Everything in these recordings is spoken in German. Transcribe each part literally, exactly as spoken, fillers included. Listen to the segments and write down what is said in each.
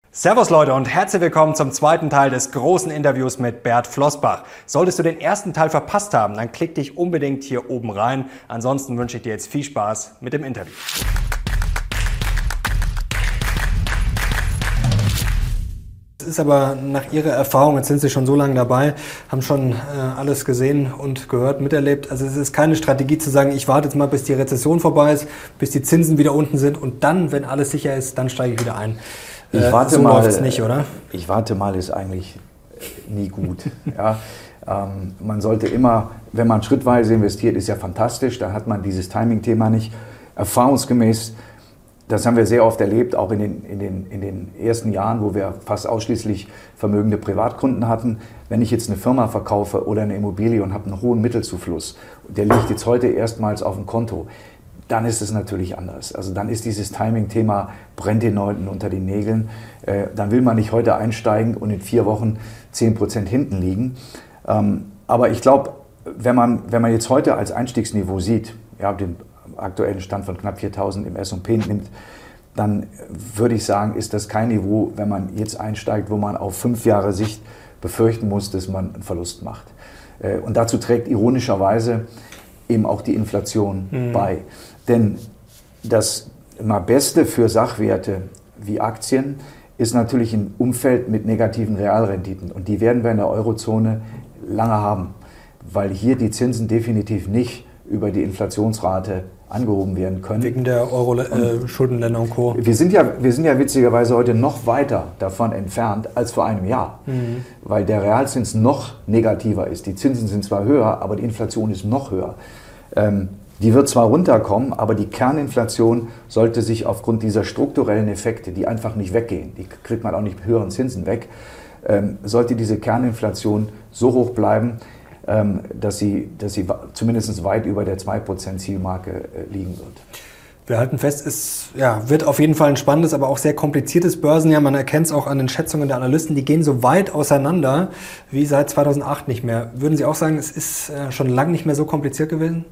Servus Leute und herzlich willkommen zum zweiten Teil des großen Interviews mit Bert Flossbach. Solltest du den ersten Teil verpasst haben, dann klick dich unbedingt hier oben rein. Ansonsten wünsche ich dir jetzt viel Spaß mit dem Interview. Es ist aber nach Ihrer Erfahrung, jetzt sind Sie schon so lange dabei, haben schon äh, alles gesehen und gehört, miterlebt. Also es ist keine Strategie zu sagen, ich warte jetzt mal, bis die Rezession vorbei ist, bis die Zinsen wieder unten sind und dann, wenn alles sicher ist, dann steige ich wieder ein. Ich warte so mal, läuft's nicht, oder? Ich warte mal ist eigentlich nie gut. ja, ähm, man sollte immer, wenn man schrittweise investiert, ist ja fantastisch, dann hat man dieses Timing-Thema nicht. Erfahrungsgemäß, das haben wir sehr oft erlebt, auch in den, in, den, in den ersten Jahren, wo wir fast ausschließlich vermögende Privatkunden hatten. Wenn ich jetzt eine Firma verkaufe oder eine Immobilie und habe einen hohen Mittelzufluss, der liegt jetzt heute erstmals auf dem Konto, dann ist es natürlich anders. Also dann ist dieses Timing-Thema, brennt den Leuten unter den Nägeln. Äh, dann will man nicht heute einsteigen und in vier Wochen zehn Prozent hinten liegen. Ähm, aber ich glaube, wenn man, wenn man jetzt heute als Einstiegsniveau sieht, ja, den aktuellen Stand von knapp viertausend im S und P nimmt, dann würde ich sagen, ist das kein Niveau, wenn man jetzt einsteigt, wo man auf fünf Jahre Sicht befürchten muss, dass man einen Verlust macht. Äh, und dazu trägt ironischerweise eben auch die Inflation mhm. bei. Denn das immer Beste für Sachwerte wie Aktien ist natürlich ein Umfeld mit negativen Realrenditen. Und die werden wir in der Eurozone lange haben, weil hier die Zinsen definitiv nicht über die Inflationsrate angehoben werden können. Wegen der Euro-Schuldenländer äh, und Co. Wir sind, ja, wir sind ja witzigerweise heute noch weiter davon entfernt als vor einem Jahr, mhm. weil der Realzins noch negativer ist. Die Zinsen sind zwar höher, aber die Inflation ist noch höher. Ähm, Die wird zwar runterkommen, aber die Kerninflation sollte sich aufgrund dieser strukturellen Effekte, die einfach nicht weggehen, die kriegt man auch nicht mit höheren Zinsen weg, ähm, sollte diese Kerninflation so hoch bleiben, ähm, dass sie, dass sie zumindest weit über der zwei Prozent Zielmarke äh, liegen wird. Wir halten fest, es ja, wird auf jeden Fall ein spannendes, aber auch sehr kompliziertes Börsenjahr. Man erkennt es auch an den Schätzungen der Analysten, die gehen so weit auseinander wie seit zweitausendacht nicht mehr. Würden Sie auch sagen, es ist äh, schon lange nicht mehr so kompliziert gewesen?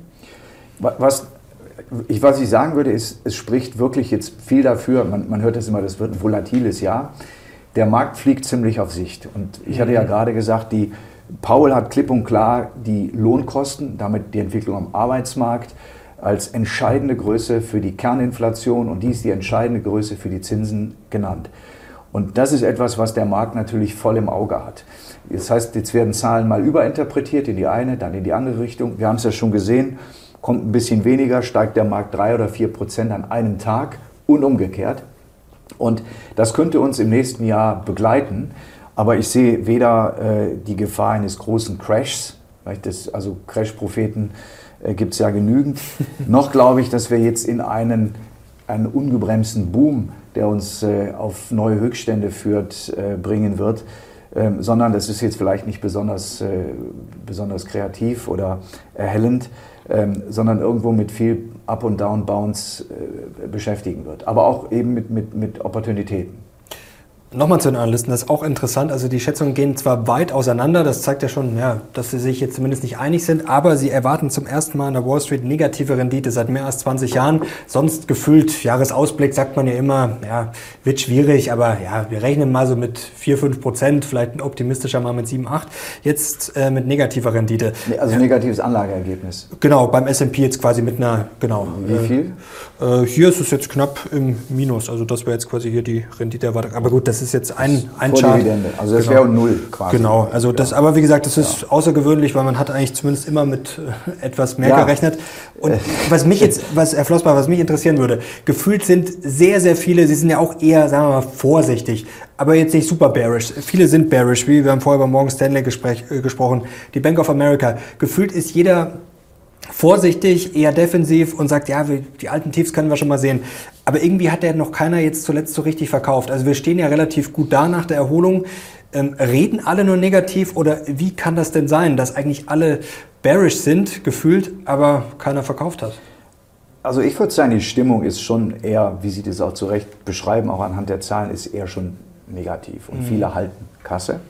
Was ich, was ich sagen würde, ist, es spricht wirklich jetzt viel dafür, man, man hört das immer, das wird ein volatiles Jahr. Der Markt fliegt ziemlich auf Sicht. Und ich hatte ja gerade gesagt, die Powell hat klipp und klar die Lohnkosten, damit die Entwicklung am Arbeitsmarkt, als entscheidende Größe für die Kerninflation und die ist die entscheidende Größe für die Zinsen genannt. Und das ist etwas, was der Markt natürlich voll im Auge hat. Das heißt, jetzt werden Zahlen mal überinterpretiert in die eine, dann in die andere Richtung. Wir haben es ja schon gesehen. Kommt ein bisschen weniger, steigt der Markt drei oder vier Prozent an einem Tag und umgekehrt. Und das könnte uns im nächsten Jahr begleiten. Aber ich sehe weder äh, die Gefahr eines großen Crashs, das, also Crash-Propheten äh, gibt es ja genügend, noch glaube ich, dass wir jetzt in einen, einen ungebremsten Boom, der uns äh, auf neue Höchststände führt, äh, bringen wird. Ähm, sondern das ist jetzt vielleicht nicht besonders, äh, besonders kreativ oder erhellend, ähm, sondern irgendwo mit viel Up- und Down-Bounce äh, beschäftigen wird. Aber auch eben mit, mit, mit Opportunitäten. Nochmal zu den Analysten, das ist auch interessant. Also die Schätzungen gehen zwar weit auseinander, das zeigt ja schon, ja, dass sie sich jetzt zumindest nicht einig sind, aber sie erwarten zum ersten Mal in der Wall Street negative Rendite seit mehr als zwanzig Jahren. Sonst gefühlt, Jahresausblick sagt man ja immer, ja, wird schwierig, aber ja, wir rechnen mal so mit vier, fünf Prozent, vielleicht ein optimistischer mal mit sieben, acht. Jetzt äh, mit negativer Rendite. Also negatives Anlageergebnis. Genau, beim S und P jetzt quasi mit einer, genau. Wie viel? Äh, hier ist es jetzt knapp im Minus, also das wäre jetzt quasi hier die Renditeerwartung. Aber gut, das Das ist jetzt ein, ein Vor Chart. Dividende. Also das genau. wäre null quasi. Genau, also das, aber wie gesagt, das ist ja außergewöhnlich, weil man hat eigentlich zumindest immer mit äh, etwas mehr ja. gerechnet. Und was mich jetzt, was Herr Flossbach, was mich interessieren würde, gefühlt sind sehr, sehr viele, Sie sind ja auch eher, sagen wir mal, vorsichtig, aber jetzt nicht super bearish. Viele sind bearish, wie wir haben vorher über Morgan Stanley Gespräch, äh, gesprochen, die Bank of America. Gefühlt ist jeder vorsichtig, eher defensiv und sagt, ja, wir, die alten Tiefs können wir schon mal sehen. Aber irgendwie hat ja noch keiner jetzt zuletzt so richtig verkauft. Also wir stehen ja relativ gut da nach der Erholung. Ähm, reden alle nur negativ oder wie kann das denn sein, dass eigentlich alle bearish sind, gefühlt, aber keiner verkauft hat? Also ich würde sagen, die Stimmung ist schon eher, wie Sie das auch zu Recht beschreiben, auch anhand der Zahlen, ist eher schon negativ. Und mhm. viele halten Kasse.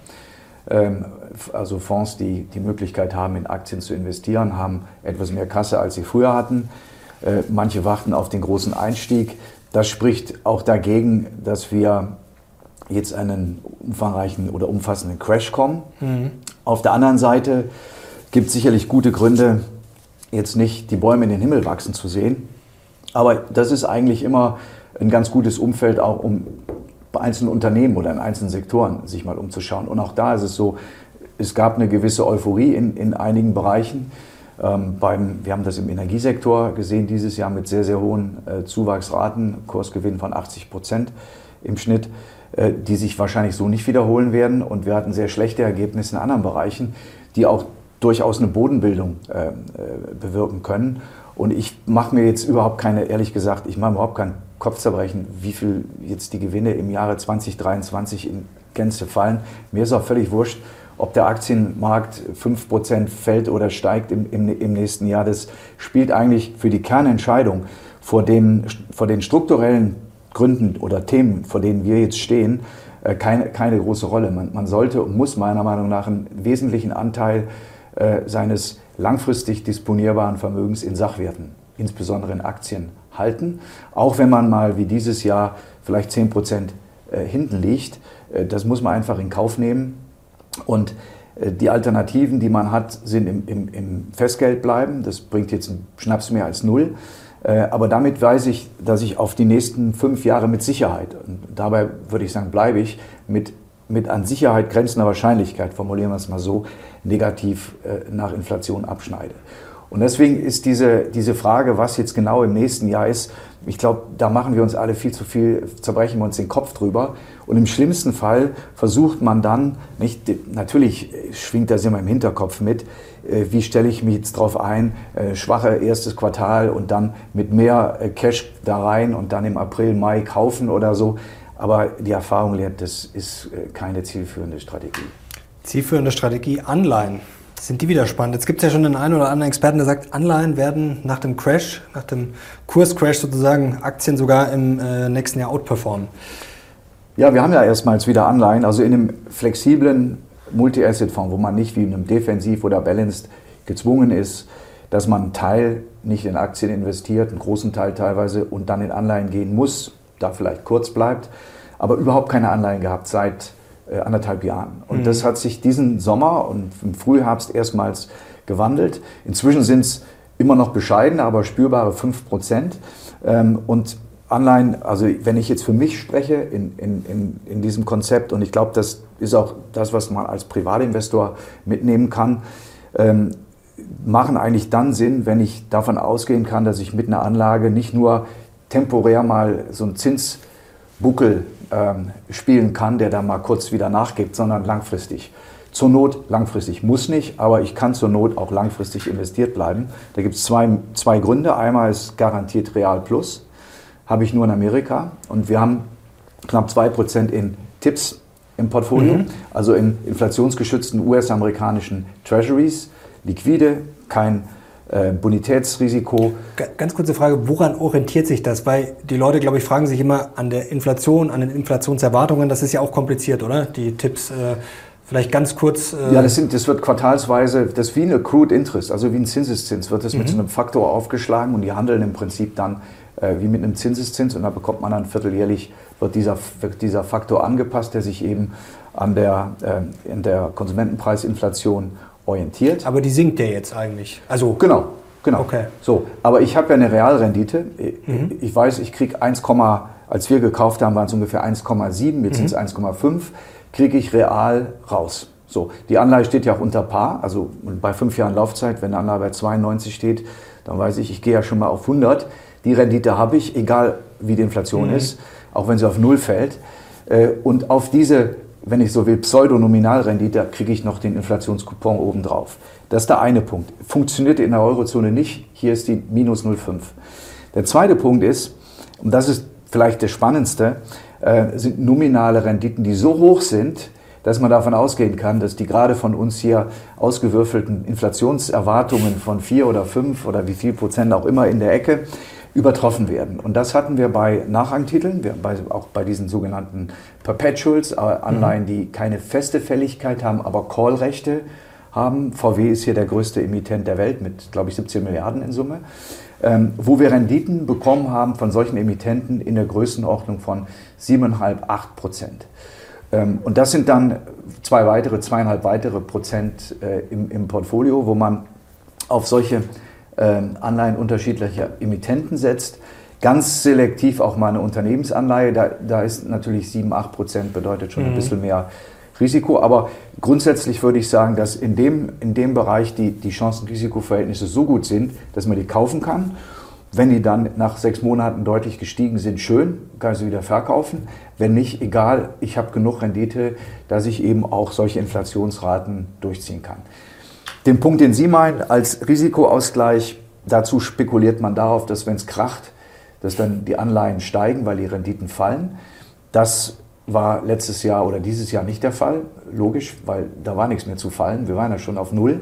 Also Fonds, die die Möglichkeit haben, in Aktien zu investieren, haben etwas mehr Kasse, als sie früher hatten. Manche warten auf den großen Einstieg. Das spricht auch dagegen, dass wir jetzt einen umfangreichen oder umfassenden Crash kommen. Mhm. Auf der anderen Seite gibt es sicherlich gute Gründe, jetzt nicht die Bäume in den Himmel wachsen zu sehen. Aber das ist eigentlich immer ein ganz gutes Umfeld, auch um bei einzelnen Unternehmen oder in einzelnen Sektoren sich mal umzuschauen. Und auch da ist es so, es gab eine gewisse Euphorie in, in einigen Bereichen. Ähm, beim, wir haben das im Energiesektor gesehen dieses Jahr mit sehr, sehr hohen äh, Zuwachsraten, Kursgewinn von achtzig Prozent im Schnitt, äh, die sich wahrscheinlich so nicht wiederholen werden. Und wir hatten sehr schlechte Ergebnisse in anderen Bereichen, die auch durchaus eine Bodenbildung äh, äh, bewirken können. Und ich mache mir jetzt überhaupt keine, ehrlich gesagt, ich mache mir überhaupt keinen Kopfzerbrechen, wie viel jetzt die Gewinne im Jahre zwanzig dreiundzwanzig in Gänze fallen. Mir ist auch völlig wurscht, ob der Aktienmarkt fünf Prozent fällt oder steigt im, im, im nächsten Jahr. Das spielt eigentlich für die Kernentscheidung vor den, vor den strukturellen Gründen oder Themen, vor denen wir jetzt stehen, äh, keine, keine große Rolle. Man, man sollte und muss meiner Meinung nach einen wesentlichen Anteil äh, seines langfristig disponierbaren Vermögens in Sachwerten, insbesondere in Aktien, halten. Auch wenn man mal wie dieses Jahr vielleicht zehn Prozent äh, hinten liegt, äh, das muss man einfach in Kauf nehmen. Und äh, die Alternativen, die man hat, sind im, im, im Festgeld bleiben. Das bringt jetzt einen Schnaps mehr als null. Äh, aber damit weiß ich, dass ich auf die nächsten fünf Jahre mit Sicherheit, und dabei würde ich sagen, bleibe ich mit mit an Sicherheit grenzender Wahrscheinlichkeit, formulieren wir es mal so, negativ äh, nach Inflation abschneide. Und deswegen ist diese, diese Frage, was jetzt genau im nächsten Jahr ist, ich glaube, da machen wir uns alle viel zu viel, zerbrechen wir uns den Kopf drüber. Und im schlimmsten Fall versucht man dann, nicht, natürlich schwingt das immer im Hinterkopf mit, äh, wie stelle ich mich jetzt drauf ein, äh, schwache erstes Quartal und dann mit mehr äh, Cash da rein und dann im April, Mai kaufen oder so. Aber die Erfahrung lehrt, das ist keine zielführende Strategie. Zielführende Strategie, Anleihen. Sind die wieder spannend? Jetzt gibt es ja schon den einen oder anderen Experten, der sagt, Anleihen werden nach dem Crash, nach dem Kurscrash sozusagen, Aktien sogar im äh, nächsten Jahr outperformen. Ja, wir haben ja erstmals wieder Anleihen, also in einem flexiblen Multi-Asset-Fonds, wo man nicht wie in einem Defensiv oder Balanced gezwungen ist, dass man einen Teil nicht in Aktien investiert, einen großen Teil teilweise, und dann in Anleihen gehen muss, da vielleicht kurz bleibt, aber überhaupt keine Anleihen gehabt seit äh, anderthalb Jahren. Und mhm. das hat sich diesen Sommer und im Frühherbst erstmals gewandelt. Inzwischen sind es immer noch bescheidene, aber spürbare fünf Prozent. Ähm, und Anleihen, also wenn ich jetzt für mich spreche in, in, in, in diesem Konzept, und ich glaube, das ist auch das, was man als Privatinvestor mitnehmen kann, ähm, machen eigentlich dann Sinn, wenn ich davon ausgehen kann, dass ich mit einer Anlage nicht nur temporär mal so einen Zinsbuckel ähm, spielen kann, der dann mal kurz wieder nachgibt, sondern langfristig. Zur Not langfristig, muss nicht, aber ich kann zur Not auch langfristig investiert bleiben. Da gibt es zwei, zwei Gründe. Einmal ist garantiert Real Plus, habe ich nur in Amerika, und wir haben knapp zwei Prozent in Tipps im Portfolio, mhm. also in inflationsgeschützten U S-amerikanischen Treasuries, liquide, kein Äh, Bonitätsrisiko. Ganz kurze Frage, woran orientiert sich das? Weil die Leute, glaube ich, fragen sich immer an der Inflation, an den Inflationserwartungen. Das ist ja auch kompliziert, oder? Die Tipps, äh, vielleicht ganz kurz. Äh ja, das, sind, das wird quartalsweise, das ist wie ein Accrued Interest, also wie ein Zinseszins, wird das mhm. mit so einem Faktor aufgeschlagen, und die handeln im Prinzip dann äh, wie mit einem Zinseszins, und da bekommt man dann vierteljährlich, wird dieser, wird dieser Faktor angepasst, der sich eben an der, äh, in der Konsumentenpreisinflation orientiert. Aber die sinkt ja jetzt eigentlich. Also genau, genau. Okay. So, aber ich habe ja eine Realrendite. Mhm. Ich weiß, ich kriege eins, als wir gekauft haben, waren es ungefähr eins Komma sieben, jetzt mhm. sind es eins Komma fünf, kriege ich real raus. So, die Anleihe steht ja auch unter Par, also bei fünf Jahren Laufzeit, wenn eine Anleihe bei zweiundneunzig steht, dann weiß ich, ich gehe ja schon mal auf hundert. Die Rendite habe ich, egal wie die Inflation mhm. ist, auch wenn sie auf null fällt. Und auf diese, wenn ich so will, Pseudonominalrendite, kriege ich noch den Inflationscoupon obendrauf. Das ist der eine Punkt. Funktioniert in der Eurozone nicht. Hier ist die minus null Komma fünf. Der zweite Punkt ist, und das ist vielleicht der spannendste, äh, sind nominale Renditen, die so hoch sind, dass man davon ausgehen kann, dass die gerade von uns hier ausgewürfelten Inflationserwartungen von vier oder fünf oder wie viel Prozent auch immer in der Ecke übertroffen werden. Und das hatten wir bei Nachrangtiteln, wir, bei, auch bei diesen sogenannten Perpetuals, äh, Anleihen, die keine feste Fälligkeit haben, aber Callrechte haben. V W ist hier der größte Emittent der Welt mit, glaube ich, siebzehn Milliarden in Summe, ähm, wo wir Renditen bekommen haben von solchen Emittenten in der Größenordnung von sieben Komma fünf, acht Prozent. Ähm, und das sind dann zwei weitere, zweieinhalb weitere Prozent äh, im, im Portfolio, wo man auf solche äh, Anleihen unterschiedlicher Emittenten setzt. Ganz selektiv auch mal eine Unternehmensanleihe, da, da ist natürlich sieben, acht Prozent bedeutet schon mhm. ein bisschen mehr Risiko. Aber grundsätzlich würde ich sagen, dass in dem, in dem Bereich die, die Chancen-Risiko-Verhältnisse so gut sind, dass man die kaufen kann. Wenn die dann nach sechs Monaten deutlich gestiegen sind, schön, kann ich sie wieder verkaufen. Wenn nicht, egal, ich habe genug Rendite, dass ich eben auch solche Inflationsraten durchziehen kann. Den Punkt, den Sie meinen, als Risikoausgleich, dazu spekuliert man darauf, dass wenn es kracht, dass dann die Anleihen steigen, weil die Renditen fallen. Das war letztes Jahr oder dieses Jahr nicht der Fall, logisch, weil da war nichts mehr zu fallen. Wir waren ja schon auf Null.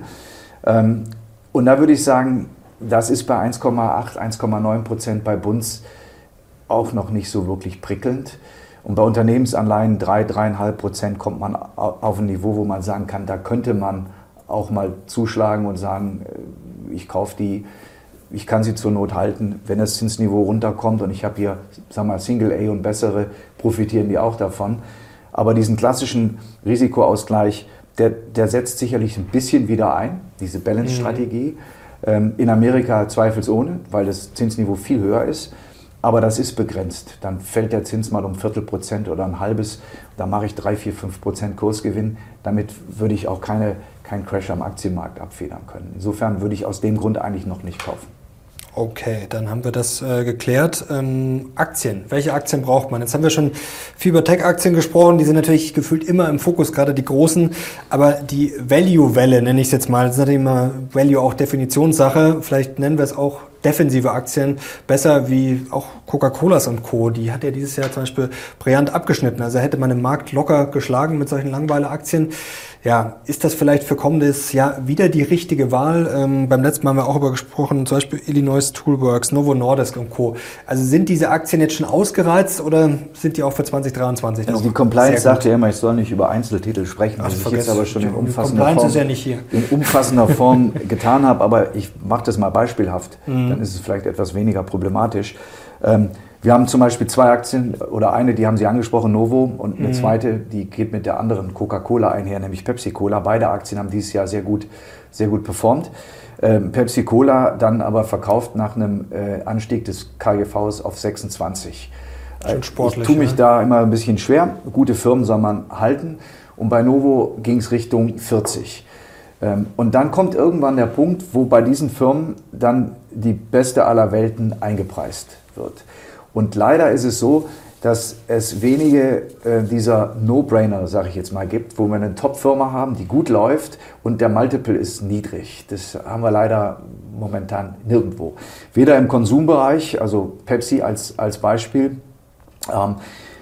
Und da würde ich sagen, das ist bei eins Komma acht, eins Komma neun Prozent bei Bunds auch noch nicht so wirklich prickelnd. Und bei Unternehmensanleihen drei, drei Komma fünf Prozent kommt man auf ein Niveau, wo man sagen kann, da könnte man auch mal zuschlagen und sagen, ich kaufe die, ich kann sie zur Not halten, wenn das Zinsniveau runterkommt und ich habe hier, sagen wir mal, Single A und bessere, profitieren die auch davon. Aber diesen klassischen Risikoausgleich, der, der setzt sicherlich ein bisschen wieder ein, diese Balance-Strategie. Mhm. In Amerika zweifelsohne, weil das Zinsniveau viel höher ist. Aber das ist begrenzt. Dann fällt der Zins mal um ein Viertel Prozent oder ein halbes. Da mache ich drei, vier, fünf Prozent Kursgewinn. Damit würde ich auch keine, keinen Crash am Aktienmarkt abfedern können. Insofern würde ich aus dem Grund eigentlich noch nicht kaufen. Okay, dann haben wir das äh, geklärt. Ähm, Aktien. Welche Aktien braucht man? Jetzt haben wir schon viel über Tech-Aktien gesprochen. Die sind natürlich gefühlt immer im Fokus, gerade die großen. Aber die Value-Welle, nenne ich es jetzt mal, das ist natürlich immer Value auch Definitionssache. Vielleicht nennen wir es auch defensive Aktien besser wie auch Coca-Colas und Co. Die hat ja dieses Jahr zum Beispiel brillant abgeschnitten. Also hätte man den Markt locker geschlagen mit solchen Langweile-Aktien. Ja, ist das vielleicht für kommendes Jahr wieder die richtige Wahl? Ähm, beim letzten Mal haben wir auch über gesprochen, zum Beispiel Illinois Toolworks, Novo Nordisk und Co. Also sind diese Aktien jetzt schon ausgereizt oder sind die auch für zwanzig dreiundzwanzig also noch? Die Compliance sagt ja immer, ich soll nicht über Einzeltitel sprechen, was ich jetzt aber schon in umfassender Form, ist ja nicht hier. in umfassender Form getan habe. Aber ich mache das mal beispielhaft, mhm. dann ist es vielleicht etwas weniger problematisch. Ähm, Wir haben zum Beispiel zwei Aktien oder eine, die haben Sie angesprochen, Novo, und eine mhm. zweite, die geht mit der anderen Coca-Cola einher, nämlich Pepsi-Cola. Beide Aktien haben dieses Jahr sehr gut, sehr gut performt. Ähm, Pepsi-Cola dann aber verkauft nach einem äh, Anstieg des K G Vs auf sechsundzwanzig. Schon sportlich, ich tue mich ja. da immer ein bisschen schwer. Gute Firmen soll man halten. Und bei Novo ging es Richtung vierzig. Ähm, und dann kommt irgendwann der Punkt, wo bei diesen Firmen dann die beste aller Welten eingepreist wird. Und leider ist es so, dass es wenige äh, dieser No-Brainer, sage ich jetzt mal, gibt, wo wir eine Top-Firma haben, die gut läuft und der Multiple ist niedrig. Das haben wir leider momentan nirgendwo. Weder im Konsumbereich, also Pepsi als, als Beispiel. Ähm,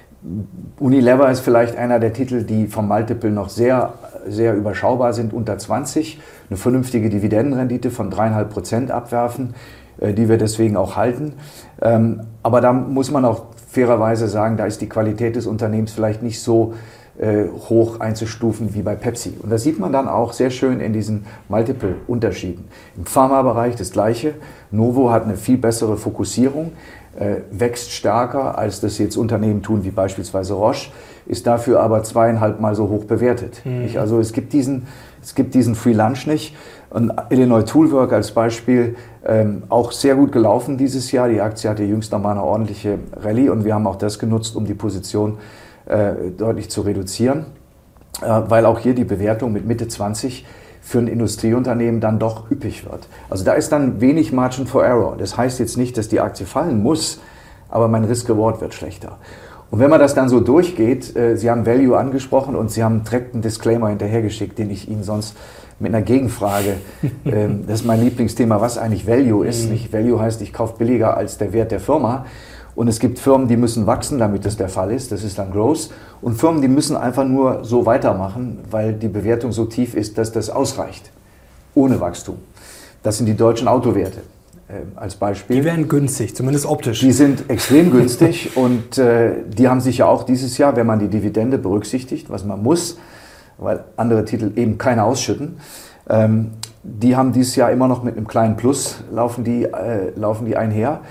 Unilever ist vielleicht einer der Titel, die vom Multiple noch sehr, sehr überschaubar sind, unter zwanzig. Eine vernünftige Dividendenrendite von drei Komma fünf Prozent abwerfen, die wir deswegen auch halten. Aber da muss man auch fairerweise sagen, da ist die Qualität des Unternehmens vielleicht nicht so hoch einzustufen wie bei Pepsi. Und das sieht man dann auch sehr schön in diesen Multiple-Unterschieden. Im Pharmabereich das Gleiche. Novo hat eine viel bessere Fokussierung, wächst stärker, als das jetzt Unternehmen tun wie beispielsweise Roche, ist dafür aber zweieinhalb Mal so hoch bewertet. Mhm. Also es gibt diesen, es gibt diesen Free Lunch nicht. Und Illinois Toolwork als Beispiel, ähm, auch sehr gut gelaufen dieses Jahr. Die Aktie hatte jüngst nochmal eine ordentliche Rallye und wir haben auch das genutzt, um die Position äh, deutlich zu reduzieren, äh, weil auch hier die Bewertung mit Mitte zwanzig für ein Industrieunternehmen dann doch üppig wird. Also da ist dann wenig Margin for Error. Das heißt jetzt nicht, dass die Aktie fallen muss, aber mein Risk-Reward wird schlechter. Und wenn man das dann so durchgeht, äh, Sie haben Value angesprochen und Sie haben direkt einen Disclaimer hinterhergeschickt, den ich Ihnen sonst mit einer Gegenfrage, ähm, das ist mein Lieblingsthema, was eigentlich Value ist. Mhm. Nicht? Value heißt, ich kaufe billiger als der Wert der Firma. Und es gibt Firmen, die müssen wachsen, damit das der Fall ist. Das ist dann Growth. Und Firmen, die müssen einfach nur so weitermachen, weil die Bewertung so tief ist, dass das ausreicht. Ohne Wachstum. Das sind die deutschen Autowerte äh, als Beispiel. Die wären günstig, zumindest optisch. Die sind extrem günstig und äh, die haben sich ja auch dieses Jahr, wenn man die Dividende berücksichtigt, was man muss, weil andere Titel eben keine ausschütten, ähm, die haben dieses Jahr immer noch mit einem kleinen Plus, laufen die, äh, laufen die einher.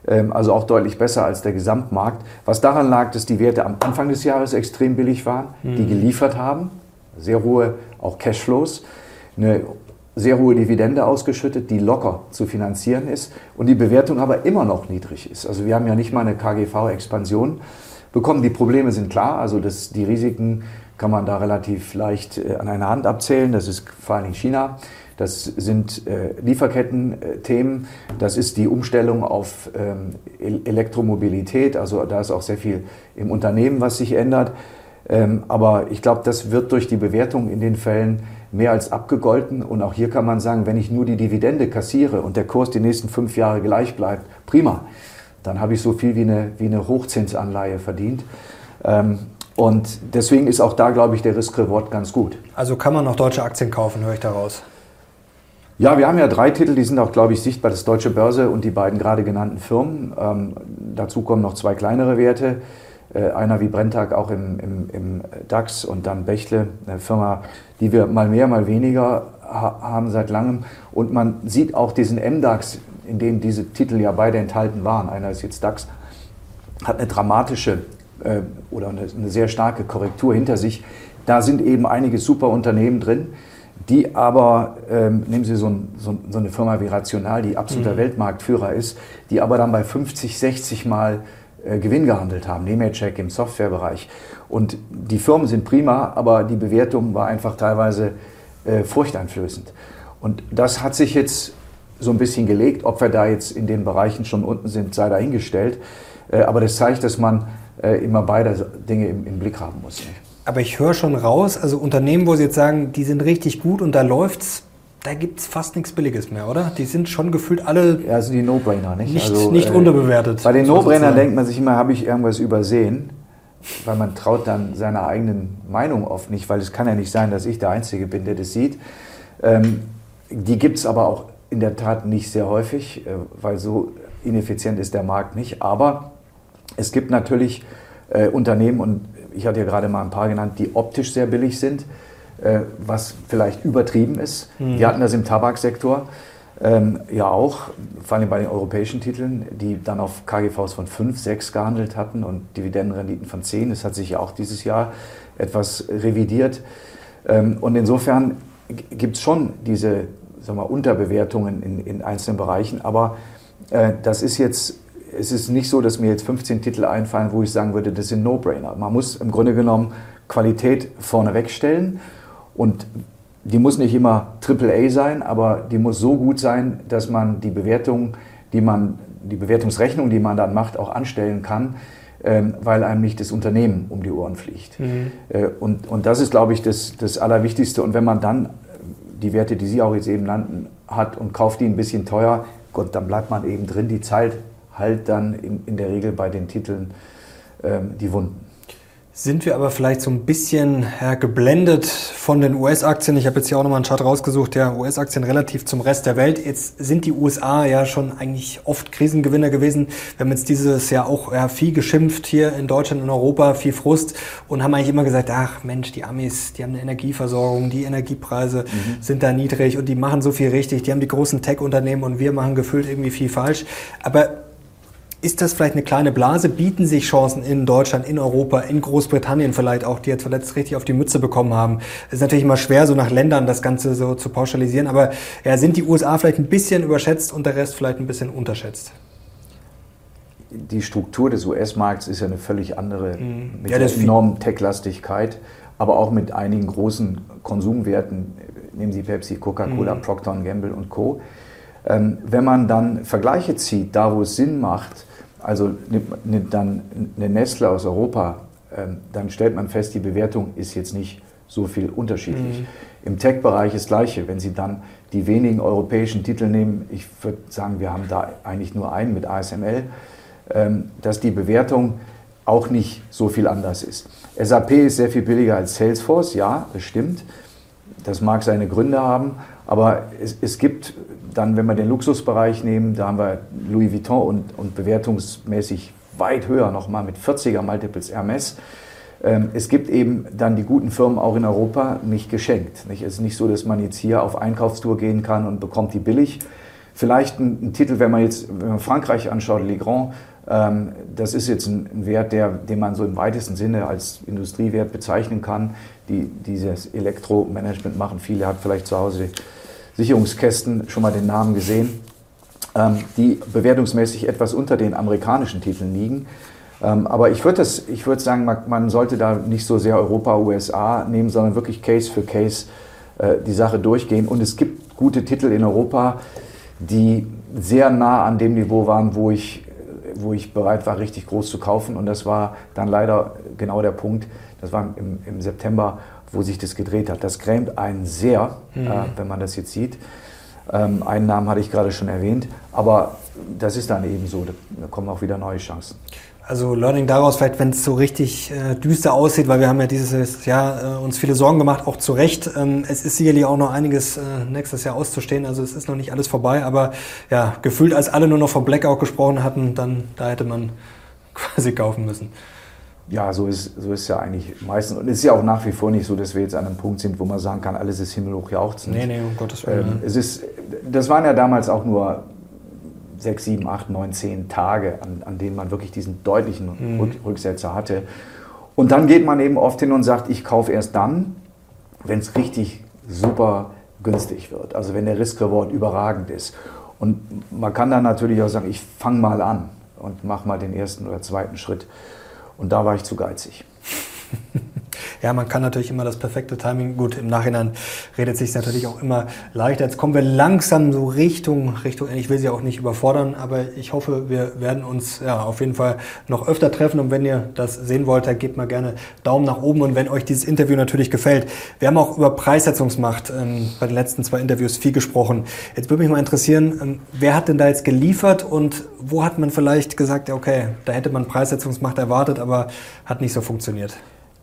also auch deutlich besser als der Gesamtmarkt. Was daran lag, dass die Werte am Anfang des Jahres extrem billig waren, mhm. die geliefert haben, sehr hohe auch Cashflows, eine sehr hohe Dividende ausgeschüttet, die locker zu finanzieren ist und die Bewertung aber immer noch niedrig ist. Also wir haben ja nicht mal eine K G V-Expansion bekommen. Die Probleme sind klar, also das, die Risiken kann man da relativ leicht äh, an einer Hand abzählen. Das ist vor allen Dingen China. Das sind äh, Lieferketten-Themen, das ist die Umstellung auf ähm, Elektromobilität, also da ist auch sehr viel im Unternehmen, was sich ändert. Ähm, aber ich glaube, das wird durch die Bewertung in den Fällen mehr als abgegolten. Und auch hier kann man sagen, wenn ich nur die Dividende kassiere und der Kurs die nächsten fünf Jahre gleich bleibt, prima. Dann habe ich so viel wie eine, wie eine Hochzinsanleihe verdient. Ähm, und deswegen ist auch da, glaube ich, der Risk-Reward ganz gut. Also kann man noch deutsche Aktien kaufen, höre ich daraus. Ja, wir haben ja drei Titel, die sind auch, glaube ich, sichtbar. Das Deutsche Börse und die beiden gerade genannten Firmen. Ähm, dazu kommen noch zwei kleinere Werte. Äh, einer wie Brenntag auch im, im, im DAX und dann Bechtle, eine Firma, die wir mal mehr, mal weniger ha- haben seit langem. Und man sieht auch diesen M DAX, in dem diese Titel ja beide enthalten waren. Einer ist jetzt DAX, hat eine dramatische äh, oder eine, eine sehr starke Korrektur hinter sich. Da sind eben einige super Unternehmen drin, die aber, ähm, nehmen Sie so, ein, so, so eine Firma wie Rational, die absoluter mhm. Weltmarktführer ist, die aber dann bei fünfzig, sechzig Mal äh, Gewinn gehandelt haben, Nemetschek im Softwarebereich. Und die Firmen sind prima, aber die Bewertung war einfach teilweise äh, furchteinflößend. Und das hat sich jetzt so ein bisschen gelegt. Ob wir da jetzt in den Bereichen schon unten sind, sei dahingestellt. Äh, aber das zeigt, dass man äh, immer beide Dinge im, im Blick haben muss. Nicht? Aber ich höre schon raus, also Unternehmen, wo Sie jetzt sagen, die sind richtig gut und da läuft's, da gibt es fast nichts Billiges mehr, oder? Die sind schon gefühlt alle ja, also die No-Brainer, nicht? Nicht, also, nicht äh, unterbewertet. Bei den No-Brainern denkt man sich immer, habe ich irgendwas übersehen? Weil man traut dann seiner eigenen Meinung oft nicht, weil es kann ja nicht sein, dass ich der Einzige bin, der das sieht. Ähm, die gibt es aber auch in der Tat nicht sehr häufig, äh, weil so ineffizient ist der Markt nicht. Aber es gibt natürlich äh, Unternehmen, und ich hatte ja gerade mal ein paar genannt, die optisch sehr billig sind, äh, was vielleicht übertrieben ist. Mhm. Wir hatten das im Tabaksektor ähm, ja auch, vor allem bei den europäischen Titeln, die dann auf K G Vs von fünf, sechs gehandelt hatten und Dividendenrenditen von zehn. Das hat sich ja auch dieses Jahr etwas revidiert. Ähm, und insofern gibt es schon diese, sagen wir, Unterbewertungen in, in einzelnen Bereichen, aber äh, das ist jetzt Es ist nicht so, dass mir jetzt fünfzehn Titel einfallen, wo ich sagen würde, das sind No-Brainer. Man muss im Grunde genommen Qualität vorne wegstellen und die muss nicht immer Triple A sein, aber die muss so gut sein, dass man die Bewertung, die man, die Bewertungsrechnung, die man dann macht, auch anstellen kann, ähm, weil einem nicht das Unternehmen um die Ohren fliegt. Mhm. Äh, und, und das ist, glaube ich, das, das Allerwichtigste. Und wenn man dann die Werte, die Sie auch jetzt eben nannten, hat und kauft die ein bisschen teuer, Gott, dann bleibt man eben drin, die zahlt halt dann in, in der Regel bei den Titeln ähm, die Wunden. Sind wir aber vielleicht so ein bisschen ja, geblendet von den U S-Aktien? Ich habe jetzt hier auch nochmal einen Chart rausgesucht, ja, U S-Aktien relativ zum Rest der Welt. Jetzt sind die U S A ja schon eigentlich oft Krisengewinner gewesen. Wir haben jetzt dieses Jahr auch ja, viel geschimpft hier in Deutschland, in Europa, viel Frust und haben eigentlich immer gesagt, ach Mensch, die Amis, die haben eine Energieversorgung, die Energiepreise mhm. sind da niedrig und die machen so viel richtig, die haben die großen Tech-Unternehmen und wir machen gefühlt irgendwie viel falsch. Aber ist das vielleicht eine kleine Blase? Bieten sich Chancen in Deutschland, in Europa, in Großbritannien vielleicht auch, die jetzt zuletzt richtig auf die Mütze bekommen haben? Es ist natürlich immer schwer, so nach Ländern das Ganze so zu pauschalisieren, aber ja, sind die U S A vielleicht ein bisschen überschätzt und der Rest vielleicht ein bisschen unterschätzt? Die Struktur des U S-Markts ist ja eine völlig andere, mhm. mit ja, der enormen Tech-Lastigkeit, aber auch mit einigen großen Konsumwerten, nehmen Sie Pepsi, Coca-Cola, mhm. Procter und Gamble und Co. Ähm, wenn man dann Vergleiche zieht, da wo es Sinn macht, also nimmt, nimmt dann eine Nestle aus Europa, ähm, dann stellt man fest, die Bewertung ist jetzt nicht so viel unterschiedlich. Mhm. Im Tech-Bereich ist das Gleiche. Wenn Sie dann die wenigen europäischen Titel nehmen, ich würde sagen, wir haben da eigentlich nur einen mit A S M L, ähm, dass die Bewertung auch nicht so viel anders ist. S A P ist sehr viel billiger als Salesforce, ja, das stimmt. Das mag seine Gründe haben, aber es, es gibt dann, wenn wir den Luxusbereich nehmen, da haben wir Louis Vuitton und, und bewertungsmäßig weit höher nochmal mit vierziger Multiples Hermes. Ähm, es gibt eben dann die guten Firmen auch in Europa nicht geschenkt. Nicht? Es ist nicht so, dass man jetzt hier auf Einkaufstour gehen kann und bekommt die billig, Vielleicht ein, ein Titel, wenn man jetzt wenn man Frankreich anschaut, Legrand, ähm, das ist jetzt ein, ein Wert, der, den man so im weitesten Sinne als Industriewert bezeichnen kann. Die dieses Elektromanagement machen. Viele hat vielleicht zu Hause die Sicherungskästen schon mal den Namen gesehen, ähm, die bewertungsmäßig etwas unter den amerikanischen Titeln liegen. Ähm, aber ich würde ich würd sagen, man, man sollte da nicht so sehr Europa, U S A nehmen, sondern wirklich Case für Case äh, die Sache durchgehen. Und es gibt gute Titel in Europa, die sehr nah an dem Niveau waren, wo ich, wo ich bereit war, richtig groß zu kaufen. Und das war dann leider genau der Punkt. Das war im, im September, wo sich das gedreht hat. Das grämt einen sehr, mhm. äh, wenn man das jetzt sieht. Ähm, einen Namen hatte ich gerade schon erwähnt, aber das ist dann eben so. Da kommen auch wieder neue Chancen. Also Learning daraus, vielleicht wenn es so richtig äh, düster aussieht, weil wir haben ja dieses Jahr äh, uns viele Sorgen gemacht, auch zu Recht. Ähm, es ist sicherlich auch noch einiges äh, nächstes Jahr auszustehen, also es ist noch nicht alles vorbei, aber ja, gefühlt als alle nur noch vom Blackout gesprochen hatten, dann da hätte man quasi kaufen müssen. Ja, so ist so ist ja eigentlich meistens. Und es ist ja auch nach wie vor nicht so, dass wir jetzt an einem Punkt sind, wo man sagen kann, alles ist himmelhoch jauchzend. Nee, nee, um Gottes Willen. Ähm, es ist, das waren ja damals auch nur sechs, sieben, acht, neun, zehn Tage, an, an denen man wirklich diesen deutlichen mhm. Rück, Rücksetzer hatte. Und dann geht man eben oft hin und sagt, ich kaufe erst dann, wenn es richtig super günstig wird. Also wenn der Risk-Reward überragend ist. Und man kann dann natürlich auch sagen, ich fange mal an und mache mal den ersten oder zweiten Schritt. Und da war ich zu geizig. Ja, man kann natürlich immer das perfekte Timing, gut, im Nachhinein redet sich natürlich auch immer leichter. Jetzt kommen wir langsam so Richtung, Richtung, ich will Sie auch nicht überfordern, aber ich hoffe, wir werden uns ja auf jeden Fall noch öfter treffen. Und wenn ihr das sehen wollt, dann gebt mal gerne Daumen nach oben. Und wenn euch dieses Interview natürlich gefällt, wir haben auch über Preissetzungsmacht ähm, bei den letzten zwei Interviews viel gesprochen. Jetzt würde mich mal interessieren, ähm, wer hat denn da jetzt geliefert und wo hat man vielleicht gesagt, ja, okay, da hätte man Preissetzungsmacht erwartet, aber hat nicht so funktioniert?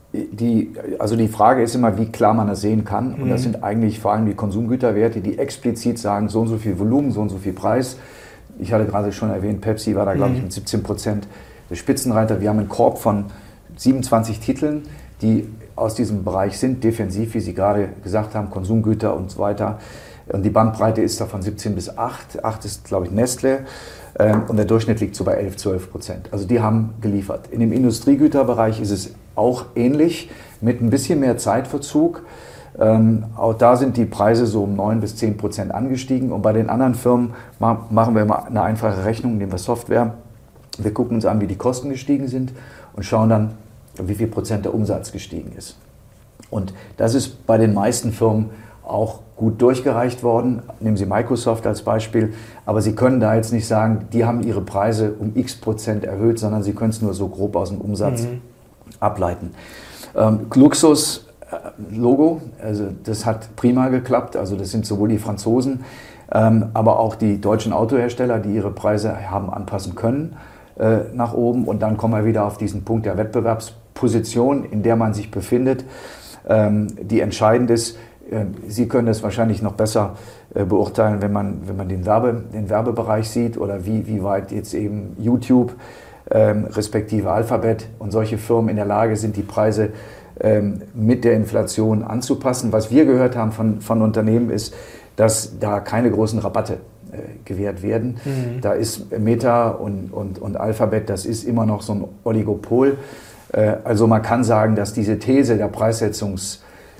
Die, also die Frage ist immer, wie klar man das sehen kann. Und das sind eigentlich vor allem die Konsumgüterwerte, die explizit sagen, so und so viel Volumen, so und so viel Preis. Ich hatte gerade schon erwähnt, Pepsi war da, glaube ich, mit siebzehn Prozent der Spitzenreiter. Wir haben einen Korb von siebenundzwanzig Titeln, die aus diesem Bereich sind, defensiv, wie Sie gerade gesagt haben, Konsumgüter und so weiter. Und die Bandbreite ist da von siebzehn bis acht. acht ist, glaube ich, Nestle. Und der Durchschnitt liegt so bei elf, zwölf Prozent. Also die haben geliefert. In dem Industriegüterbereich ist es auch ähnlich, mit ein bisschen mehr Zeitverzug. Ähm, auch da sind die Preise so um neun bis zehn Prozent angestiegen. Und bei den anderen Firmen ma- machen wir mal eine einfache Rechnung, nehmen wir Software. Wir gucken uns an, wie die Kosten gestiegen sind und schauen dann, wie viel Prozent der Umsatz gestiegen ist. Und das ist bei den meisten Firmen auch gut durchgereicht worden. Nehmen Sie Microsoft als Beispiel. Aber Sie können da jetzt nicht sagen, die haben ihre Preise um x Prozent erhöht, sondern Sie können es nur so grob aus dem Umsatz mhm. ableiten. Ähm, Luxus äh, Logo, also das hat prima geklappt. Also das sind sowohl die Franzosen, ähm, aber auch die deutschen Autohersteller, die ihre Preise haben anpassen können äh, nach oben. Und dann kommen wir wieder auf diesen Punkt der Wettbewerbsposition, in der man sich befindet, ähm, die entscheidend ist. Sie können das wahrscheinlich noch besser äh, beurteilen, wenn man, wenn man den, Werbe, den Werbebereich sieht oder wie, wie weit jetzt eben YouTube ähm, respektive Alphabet und solche Firmen in der Lage sind, die Preise ähm, mit der Inflation anzupassen. Was wir gehört haben von, von Unternehmen ist, dass da keine großen Rabatte äh, gewährt werden. Mhm. Da ist Meta und, und, und Alphabet, das ist immer noch so ein Oligopol. Äh, also man kann sagen, dass diese These der Preissetzungs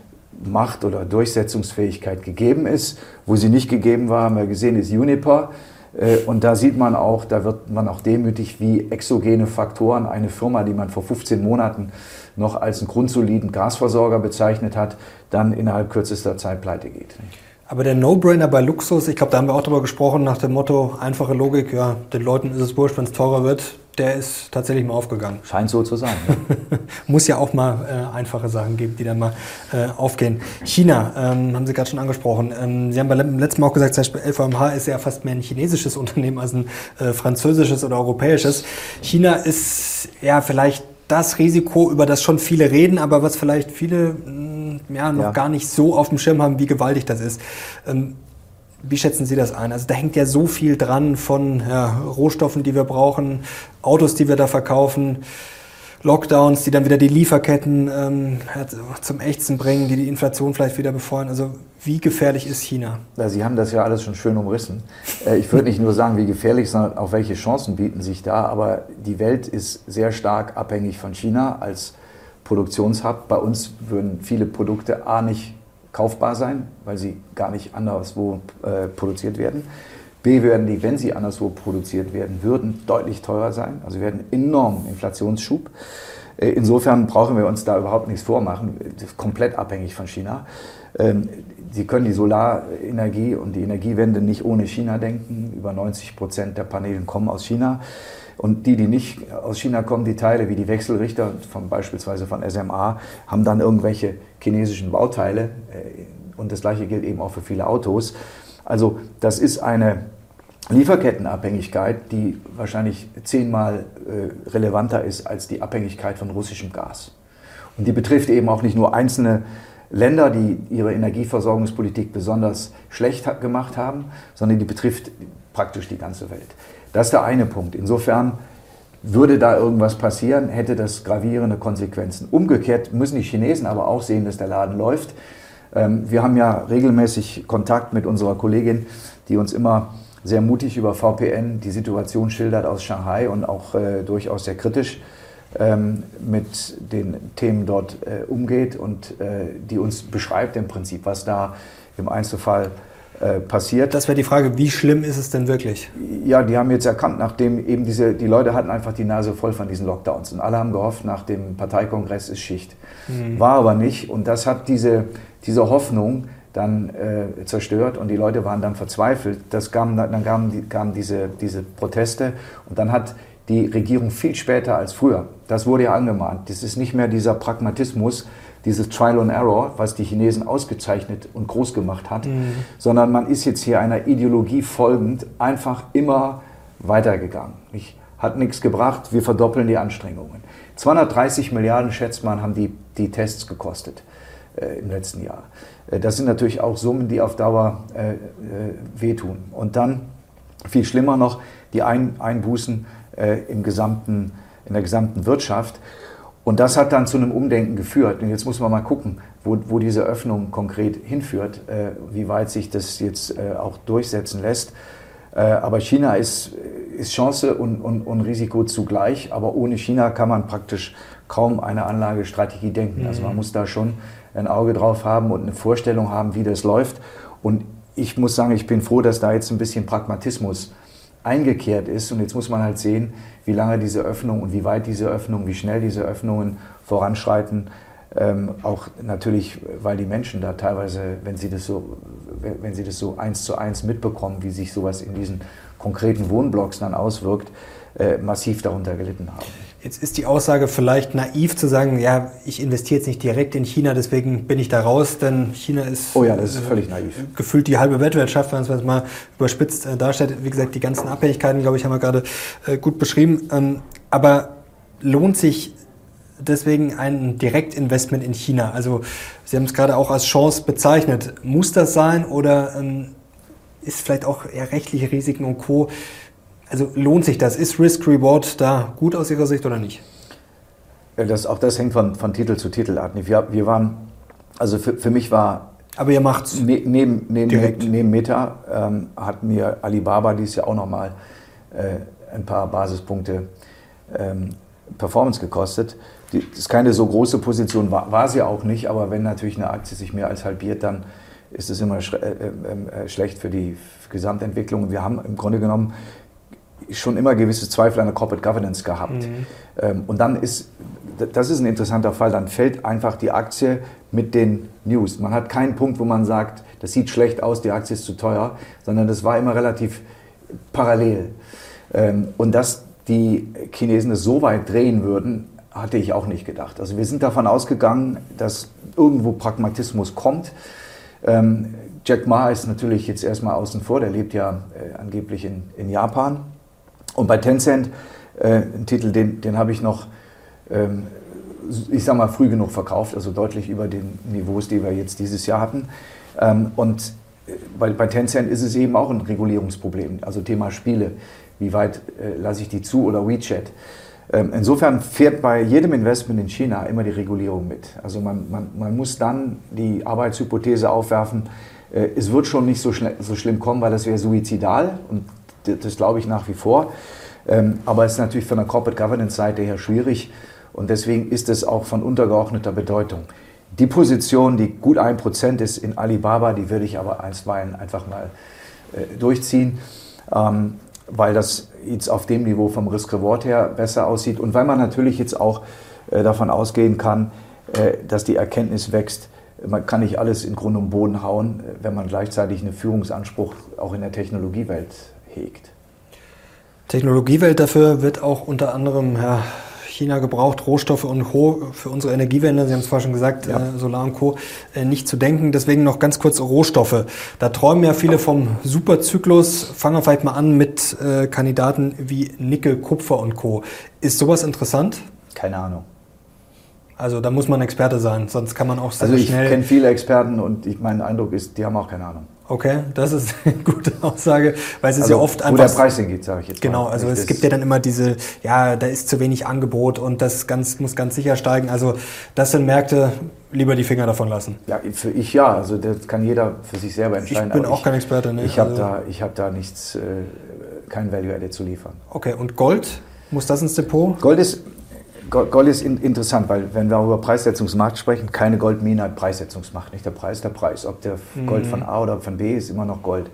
Macht oder Durchsetzungsfähigkeit gegeben ist. Wo sie nicht gegeben war, haben wir gesehen, ist Uniper. Und da sieht man auch, da wird man auch demütig, wie exogene Faktoren eine Firma, die man vor fünfzehn Monaten noch als einen grundsoliden Gasversorger bezeichnet hat, dann innerhalb kürzester Zeit pleite geht. Aber der No-Brainer bei Luxus, ich glaube, da haben wir auch drüber gesprochen, nach dem Motto, einfache Logik, ja, den Leuten ist es wurscht, wenn es teurer wird, der ist tatsächlich mal aufgegangen. Scheint so zu sein. Ja. Muss ja auch mal äh, einfache Sachen geben, die dann mal äh, aufgehen. China, ähm, haben Sie gerade schon angesprochen. Ähm, Sie haben beim letzten Mal auch gesagt, zum Beispiel L V M H ist ja fast mehr ein chinesisches Unternehmen als ein äh, französisches oder europäisches. China ist ja vielleicht das Risiko, über das schon viele reden, aber was vielleicht viele mh, ja, noch ja. gar nicht so auf dem Schirm haben, wie gewaltig das ist. Ähm, Wie schätzen Sie das ein? Also da hängt ja so viel dran von ja, Rohstoffen, die wir brauchen, Autos, die wir da verkaufen, Lockdowns, die dann wieder die Lieferketten ähm, zum Ächzen bringen, die die Inflation vielleicht wieder befeuern. Also wie gefährlich ist China? Ja, Sie haben das ja alles schon schön umrissen. Ich würde nicht nur sagen, wie gefährlich, sondern auch welche Chancen bieten sich da. Aber die Welt ist sehr stark abhängig von China als Produktionshub. Bei uns würden viele Produkte A nicht kaufbar sein, weil sie gar nicht anderswo äh, produziert werden. B werden die, wenn sie anderswo produziert werden würden, deutlich teurer sein. Also wir werden enormen Inflationsschub. Äh, insofern brauchen wir uns da überhaupt nichts vormachen. Das ist komplett abhängig von China. Ähm, Sie können die Solarenergie und die Energiewende nicht ohne China denken. Über neunzig Prozent der Paneele kommen aus China. Und die, die nicht aus China kommen, die Teile wie die Wechselrichter, von, beispielsweise von S M A, haben dann irgendwelche chinesischen Bauteile. Und das Gleiche gilt eben auch für viele Autos. Also das ist eine Lieferkettenabhängigkeit, die wahrscheinlich zehnmal äh, relevanter ist als die Abhängigkeit von russischem Gas. Und die betrifft eben auch nicht nur einzelne Länder, die ihre Energieversorgungspolitik besonders schlecht gemacht haben, sondern die betrifft praktisch die ganze Welt. Das ist der eine Punkt. Insofern würde da irgendwas passieren, hätte das gravierende Konsequenzen. Umgekehrt müssen die Chinesen aber auch sehen, dass der Laden läuft. Wir haben ja regelmäßig Kontakt mit unserer Kollegin, die uns immer sehr mutig über V P N die Situation schildert aus Shanghai und auch äh, durchaus sehr kritisch ähm, mit den Themen dort äh, umgeht und äh, die uns beschreibt im Prinzip, was da im Einzelfall äh, passiert. Das wäre die Frage, wie schlimm ist es denn wirklich? Ja, die haben jetzt erkannt, nachdem eben diese, die Leute hatten einfach die Nase voll von diesen Lockdowns und alle haben gehofft, nach dem Parteikongress ist Schicht. Mhm. War aber nicht und das hat diese, diese Hoffnung dann äh, zerstört und die Leute waren dann verzweifelt. Das kam, dann kamen, die, kamen diese, diese Proteste und dann hat die Regierung viel später als früher, das wurde ja angemahnt, das ist nicht mehr dieser Pragmatismus, dieses Trial and Error, was die Chinesen ausgezeichnet und groß gemacht hat, mhm. sondern man ist jetzt hier einer Ideologie folgend einfach immer weitergegangen. Ich, hat nichts gebracht, wir verdoppeln die Anstrengungen. zweihundertdreißig Milliarden, schätzt man, haben die, die Tests gekostet äh, im letzten Jahr. Das sind natürlich auch Summen, die auf Dauer äh, wehtun. Und dann, viel schlimmer noch, die Ein Einbußen äh, im gesamten, in der gesamten Wirtschaft. Und das hat dann zu einem Umdenken geführt. Und jetzt muss man mal gucken, wo, wo diese Öffnung konkret hinführt, äh, wie weit sich das jetzt äh, auch durchsetzen lässt. Äh, aber China ist, ist Chance und, und, und Risiko zugleich. Aber ohne China kann man praktisch kaum eine Anlagestrategie denken. Mhm. Also man muss da schon ein Auge drauf haben und eine Vorstellung haben, wie das läuft. Und ich muss sagen, ich bin froh, dass da jetzt ein bisschen Pragmatismus eingekehrt ist. Und jetzt muss man halt sehen, wie lange diese Öffnung und wie weit diese Öffnung, wie schnell diese Öffnungen voranschreiten. Ähm, auch natürlich, weil die Menschen da teilweise, wenn sie das so, wenn sie das so eins zu eins mitbekommen, wie sich sowas in diesen konkreten Wohnblocks dann auswirkt, äh, massiv darunter gelitten haben. Jetzt ist die Aussage vielleicht naiv zu sagen, ja, ich investiere jetzt nicht direkt in China, deswegen bin ich da raus, denn China ist, oh ja, das ist völlig naiv. Äh, gefühlt die halbe Weltwirtschaft, wenn man es mal überspitzt äh, darstellt. Wie gesagt, die ganzen Abhängigkeiten, glaube ich, haben wir gerade äh, gut beschrieben. Ähm, aber lohnt sich deswegen ein Direktinvestment in China? Also Sie haben es gerade auch als Chance bezeichnet. Muss das sein oder ähm, ist vielleicht auch eher rechtliche Risiken und Co.? Also lohnt sich das? Ist Risk-Reward da gut aus Ihrer Sicht oder nicht? Das, auch das hängt von, von Titel zu Titel ab. Wir, wir waren, also für, für mich war... Aber ihr macht's ne, neben, neben, neben Meta ähm, hat mir Alibaba dieses Jahr auch nochmal äh, ein paar Basispunkte ähm, Performance gekostet. Die, das ist keine so große Position, war, war sie auch nicht, aber wenn natürlich eine Aktie sich mehr als halbiert, dann ist es immer sch äh, äh, schlecht für die Gesamtentwicklung. Wir haben im Grunde genommen schon immer gewisse Zweifel an der Corporate Governance gehabt. Mhm. Ähm, und dann ist, das ist ein interessanter Fall, dann fällt einfach die Aktie mit den News. Man hat keinen Punkt, wo man sagt, das sieht schlecht aus, die Aktie ist zu teuer, sondern das war immer relativ parallel. Ähm, und dass die Chinesen es so weit drehen würden, hatte ich auch nicht gedacht. Also wir sind davon ausgegangen, dass irgendwo Pragmatismus kommt. Ähm, Jack Ma ist natürlich jetzt erstmal außen vor, der lebt ja äh, angeblich in, in Japan. Und bei Tencent, äh, ein Titel, den, den habe ich noch, ähm, ich sag mal, früh genug verkauft, also deutlich über den Niveaus, die wir jetzt dieses Jahr hatten. Ähm, und bei, bei Tencent ist es eben auch ein Regulierungsproblem, also Thema Spiele. Wie weit äh, lasse ich die zu oder WeChat? Insofern fährt bei jedem Investment in China immer die Regulierung mit. Also man, man, man muss dann die Arbeitshypothese aufwerfen, es wird schon nicht so, schl- so schlimm kommen, weil das wäre suizidal und das glaube ich nach wie vor. Aber es ist natürlich von der Corporate Governance Seite her schwierig und deswegen ist es auch von untergeordneter Bedeutung. Die Position, die gut ein Prozent ist in Alibaba, die würde ich aber einstweilen einfach mal äh, durchziehen, ähm, weil das jetzt auf dem Niveau vom Risk-Reward her besser aussieht und weil man natürlich jetzt auch äh, davon ausgehen kann, äh, dass die Erkenntnis wächst, man kann nicht alles in Grund und Boden hauen, wenn man gleichzeitig einen Führungsanspruch auch in der Technologiewelt hegt. Technologiewelt, dafür wird auch unter anderem ja, China gebraucht, Rohstoffe und Co. für unsere Energiewende, Sie haben es vorhin schon gesagt, ja. äh, Solar und Co. Äh, nicht zu denken. Deswegen noch ganz kurz Rohstoffe. Da träumen ja viele vom Superzyklus. Fangen wir vielleicht mal an mit äh, Kandidaten wie Nickel, Kupfer und Co. Ist sowas interessant? Keine Ahnung. Also da muss man Experte sein, sonst kann man auch sehr also ich schnell... Also ich kenne viele Experten und ich, mein Eindruck ist, die haben auch keine Ahnung. Okay, das ist eine gute Aussage, weil es ist also, ja oft einfach... Wo der Preis hingeht, sage ich jetzt Genau, mal. also Nicht es gibt ja dann immer diese, ja, da ist zu wenig Angebot und das ganz, muss ganz sicher steigen. Also das sind Märkte, lieber die Finger davon lassen. Ja, für ich ja, also das kann jeder für sich selber entscheiden. Ich bin auch ich, kein Experte. Ne? Ich habe also, da, ich hab da nichts, äh, kein Value-Added zu liefern. Okay, und Gold? Muss das ins Depot? Gold ist... Gold ist interessant, weil wenn wir über Preissetzungsmacht sprechen, keine Goldmine hat Preissetzungsmacht, nicht der Preis, der Preis. Ob der Gold von A oder von B ist, immer noch Gold.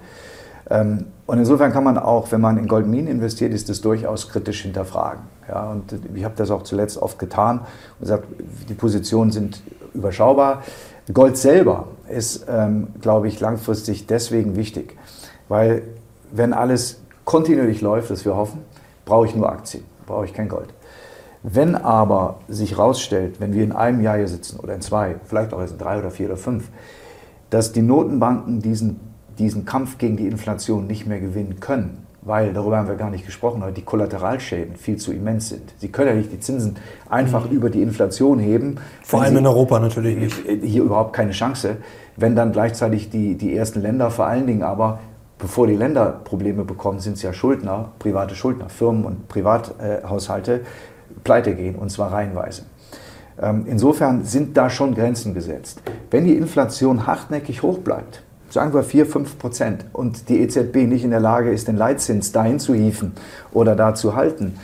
Und insofern kann man auch, wenn man in Goldminen investiert, ist das durchaus kritisch hinterfragen. Ja, und ich habe das auch zuletzt oft getan und gesagt, die Positionen sind überschaubar. Gold selber ist, ähm, glaube ich, langfristig deswegen wichtig, weil wenn alles kontinuierlich läuft, was wir hoffen, brauche ich nur Aktien, brauche ich kein Gold. Wenn aber sich herausstellt, wenn wir in einem Jahr hier sitzen oder in zwei, vielleicht auch in drei oder vier oder fünf, dass die Notenbanken diesen, diesen Kampf gegen die Inflation nicht mehr gewinnen können, weil, darüber haben wir gar nicht gesprochen, aber die Kollateralschäden viel zu immens sind. Sie können ja nicht die Zinsen einfach mhm. über die Inflation heben. Vor allem in Europa natürlich nicht. Hier überhaupt keine Chance. Wenn dann gleichzeitig die, die ersten Länder, vor allen Dingen aber, bevor die Länder Probleme bekommen, sind es ja Schuldner, private Schuldner, Firmen und Privathaushalte, pleite gehen, und zwar reihenweise. Insofern sind da schon Grenzen gesetzt. Wenn die Inflation hartnäckig hoch bleibt, sagen wir vier, fünf Prozent, und die E Z B nicht in der Lage ist, den Leitzins dahin zu hieven oder da zu halten,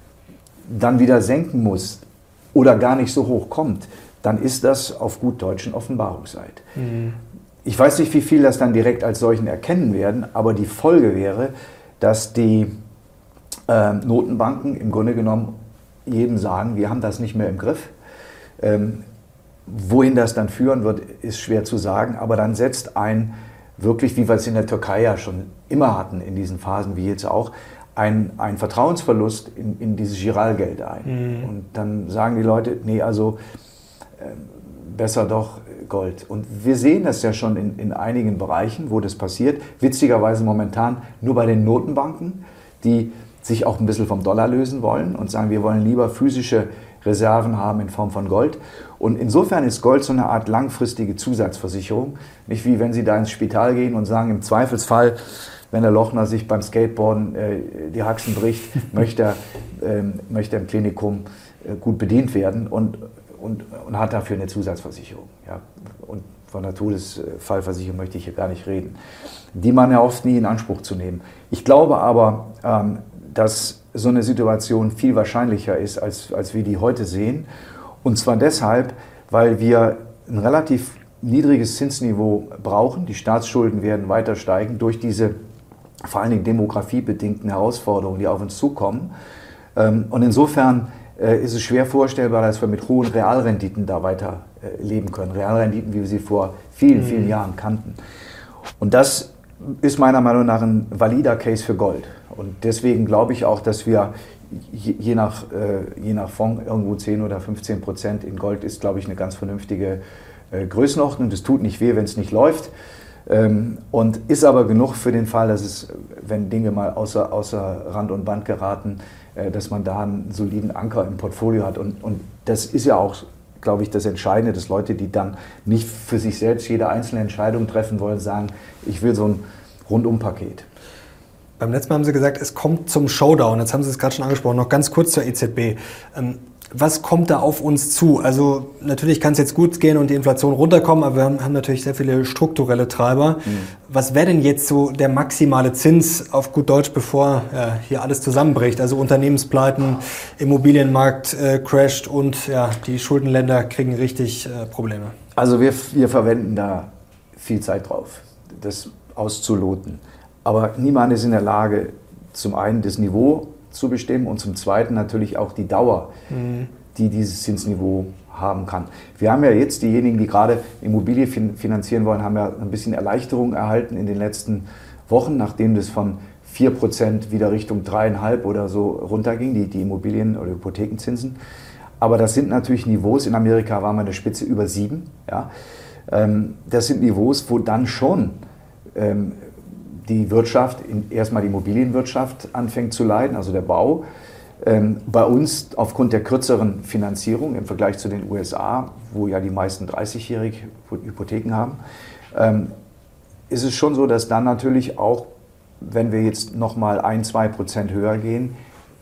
dann wieder senken muss oder gar nicht so hoch kommt, dann ist das auf gut Deutsch ein Offenbarungseid. Mhm. Ich weiß nicht, wie viel das dann direkt als solchen erkennen werden, aber die Folge wäre, dass die äh, Notenbanken im Grunde genommen jedem sagen, wir haben das nicht mehr im Griff. Ähm, wohin das dann führen wird, ist schwer zu sagen, aber dann setzt ein, wirklich wie wir es in der Türkei ja schon immer hatten, in diesen Phasen wie jetzt auch, ein, ein Vertrauensverlust in, in dieses Giralgeld ein. Mhm. Und dann sagen die Leute, nee, also äh, besser doch Gold. Und wir sehen das ja schon in, in einigen Bereichen, wo das passiert. Witzigerweise momentan nur bei den Notenbanken, die sich auch ein bisschen vom Dollar lösen wollen und sagen, wir wollen lieber physische Reserven haben in Form von Gold. Und insofern ist Gold so eine Art langfristige Zusatzversicherung. Nicht wie wenn Sie da ins Spital gehen und sagen, im Zweifelsfall, wenn der Lochner sich beim Skateboarden äh, die Haxen bricht, möchte er, ähm, möchte er im Klinikum äh, gut bedient werden und, und, und hat dafür eine Zusatzversicherung. Ja. Und von der Todesfallversicherung möchte ich hier gar nicht reden, die man ja oft nie in Anspruch zu nehmen. Ich glaube aber, ähm, dass so eine Situation viel wahrscheinlicher ist, als, als wir die heute sehen. Und zwar deshalb, weil wir ein relativ niedriges Zinsniveau brauchen. Die Staatsschulden werden weiter steigen durch diese vor allen Dingen demografiebedingten Herausforderungen, die auf uns zukommen. Und insofern ist es schwer vorstellbar, dass wir mit hohen Realrenditen da weiter leben können. Realrenditen, wie wir sie vor vielen, vielen Jahren kannten. Und das ist meiner Meinung nach ein valider Case für Gold. Und deswegen glaube ich auch, dass wir je, je, nach, äh, je nach Fonds irgendwo zehn oder fünfzehn Prozent in Gold ist, glaube ich, eine ganz vernünftige äh, Größenordnung. Das tut nicht weh, wenn es nicht läuft. Ähm, und ist aber genug für den Fall, dass es, wenn Dinge mal außer, außer Rand und Band geraten, äh, dass man da einen soliden Anker im Portfolio hat. Und, und das ist ja auch, glaube ich, das Entscheidende, dass Leute, die dann nicht für sich selbst jede einzelne Entscheidung treffen wollen, sagen, ich will so ein Rundumpaket. Beim letzten Mal haben Sie gesagt, es kommt zum Showdown. Jetzt haben Sie es gerade schon angesprochen. Noch ganz kurz zur E Z B. Ähm, was kommt da auf uns zu? Also natürlich kann es jetzt gut gehen und die Inflation runterkommen, aber wir haben, haben natürlich sehr viele strukturelle Treiber. Mhm. Was wäre denn jetzt so der maximale Zins auf gut Deutsch, bevor ja, hier alles zusammenbricht? Also Unternehmenspleiten, Immobilienmarkt äh, crasht und ja, die Schuldenländer kriegen richtig äh, Probleme. Also wir, wir verwenden da viel Zeit drauf, das auszuloten. Aber niemand ist in der Lage, zum einen das Niveau zu bestimmen und zum Zweiten natürlich auch die Dauer, mhm. die dieses Zinsniveau haben kann. Wir haben ja jetzt diejenigen, die gerade Immobilie fin- finanzieren wollen, haben ja ein bisschen Erleichterung erhalten in den letzten Wochen, nachdem das von vier Prozent wieder Richtung drei Komma fünf oder so runterging, die, die Immobilien- oder Hypothekenzinsen. Aber das sind natürlich Niveaus, in Amerika waren wir in der Spitze über sieben. Ja. Das sind Niveaus, wo dann schon ähm, die Wirtschaft, erstmal die Immobilienwirtschaft anfängt zu leiden, also der Bau. Ähm, bei uns aufgrund der kürzeren Finanzierung im Vergleich zu den U S A, wo ja die meisten dreißigjährige Hypotheken haben, ähm, ist es schon so, dass dann natürlich auch, wenn wir jetzt nochmal ein, zwei Prozent höher gehen,